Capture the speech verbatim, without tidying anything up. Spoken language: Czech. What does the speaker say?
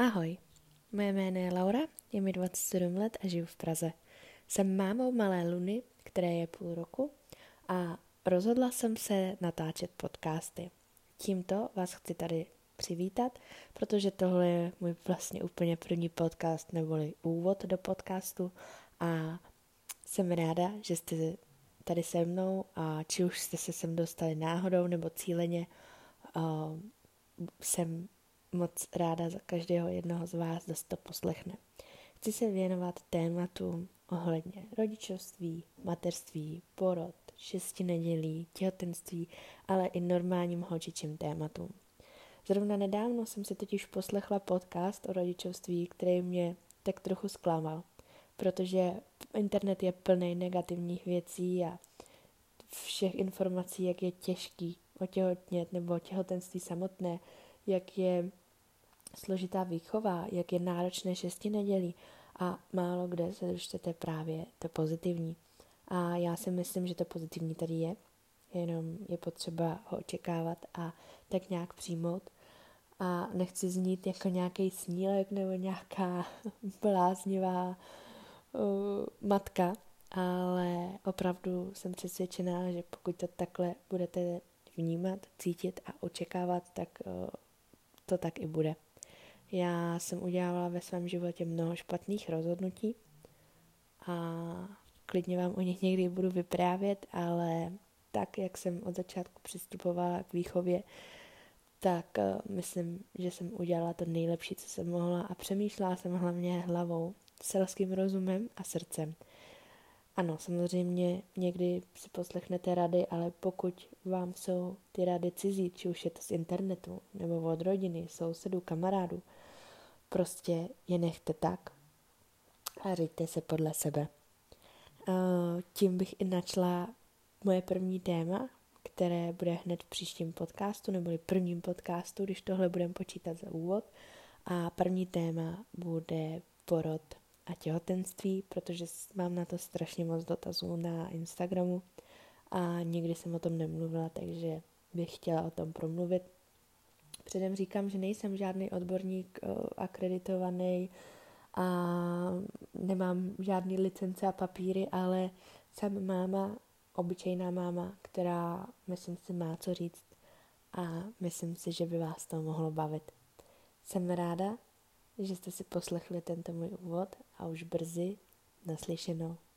Ahoj, moje jméno je Laura, je mi dvacet sedm let a žiju v Praze. Jsem mámou malé Luny, které je půl roku a rozhodla jsem se natáčet podcasty. Tímto vás chci tady přivítat, protože tohle je můj vlastně úplně první podcast neboli úvod do podcastu a jsem ráda, že jste tady se mnou a či už jste se sem dostali náhodou nebo cíleně, uh, jsem moc ráda za každého jednoho z vás, kdo si to poslechne. Chci se věnovat tématům ohledně rodičovství, mateřství, porod, šesti nedělí, těhotenství, ale i normálním holčičím tématům. Zrovna nedávno jsem si totiž poslechla podcast o rodičovství, který mě tak trochu zklamal, protože internet je plný negativních věcí a všech informací, jak je těžký otěhotnět nebo těhotenství samotné, jak je složitá výchova, jak je náročné šesti nedělí a málo kde se dočtete právě to pozitivní. A já si myslím, že to pozitivní tady je, jenom je potřeba ho očekávat a tak nějak přijmout. A nechci znít jako nějaký snílek nebo nějaká bláznivá uh, matka, ale opravdu jsem přesvědčená, že pokud to takhle budete vnímat, cítit a očekávat, tak uh, to tak i bude. Já jsem udělala ve svém životě mnoho špatných rozhodnutí a klidně vám o nich někdy budu vyprávět, ale tak, jak jsem od začátku přistupovala k výchově, tak uh, myslím, že jsem udělala to nejlepší, co jsem mohla a přemýšlela jsem hlavně hlavou, selským rozumem a srdcem. Ano, samozřejmě někdy si poslechnete rady, ale pokud vám jsou ty rady cizí, či už je to z internetu, nebo od rodiny, sousedů, kamarádů, prostě je nechte tak a říďte se podle sebe. Tím bych i načala moje první téma, které bude hned v příštím podcastu, neboli prvním podcastu, když tohle budeme počítat za úvod. A první téma bude porod a těhotenství, protože mám na to strašně moc dotazů na Instagramu a nikdy jsem o tom nemluvila, takže bych chtěla o tom promluvit. Předem říkám, že nejsem žádný odborník akreditovaný a nemám žádný licence a papíry, ale jsem máma, obyčejná máma, která myslím si má co říct a myslím si, že by vás to mohlo bavit. Jsem ráda, že jste si poslechli tento můj úvod a už brzy naslyšenou.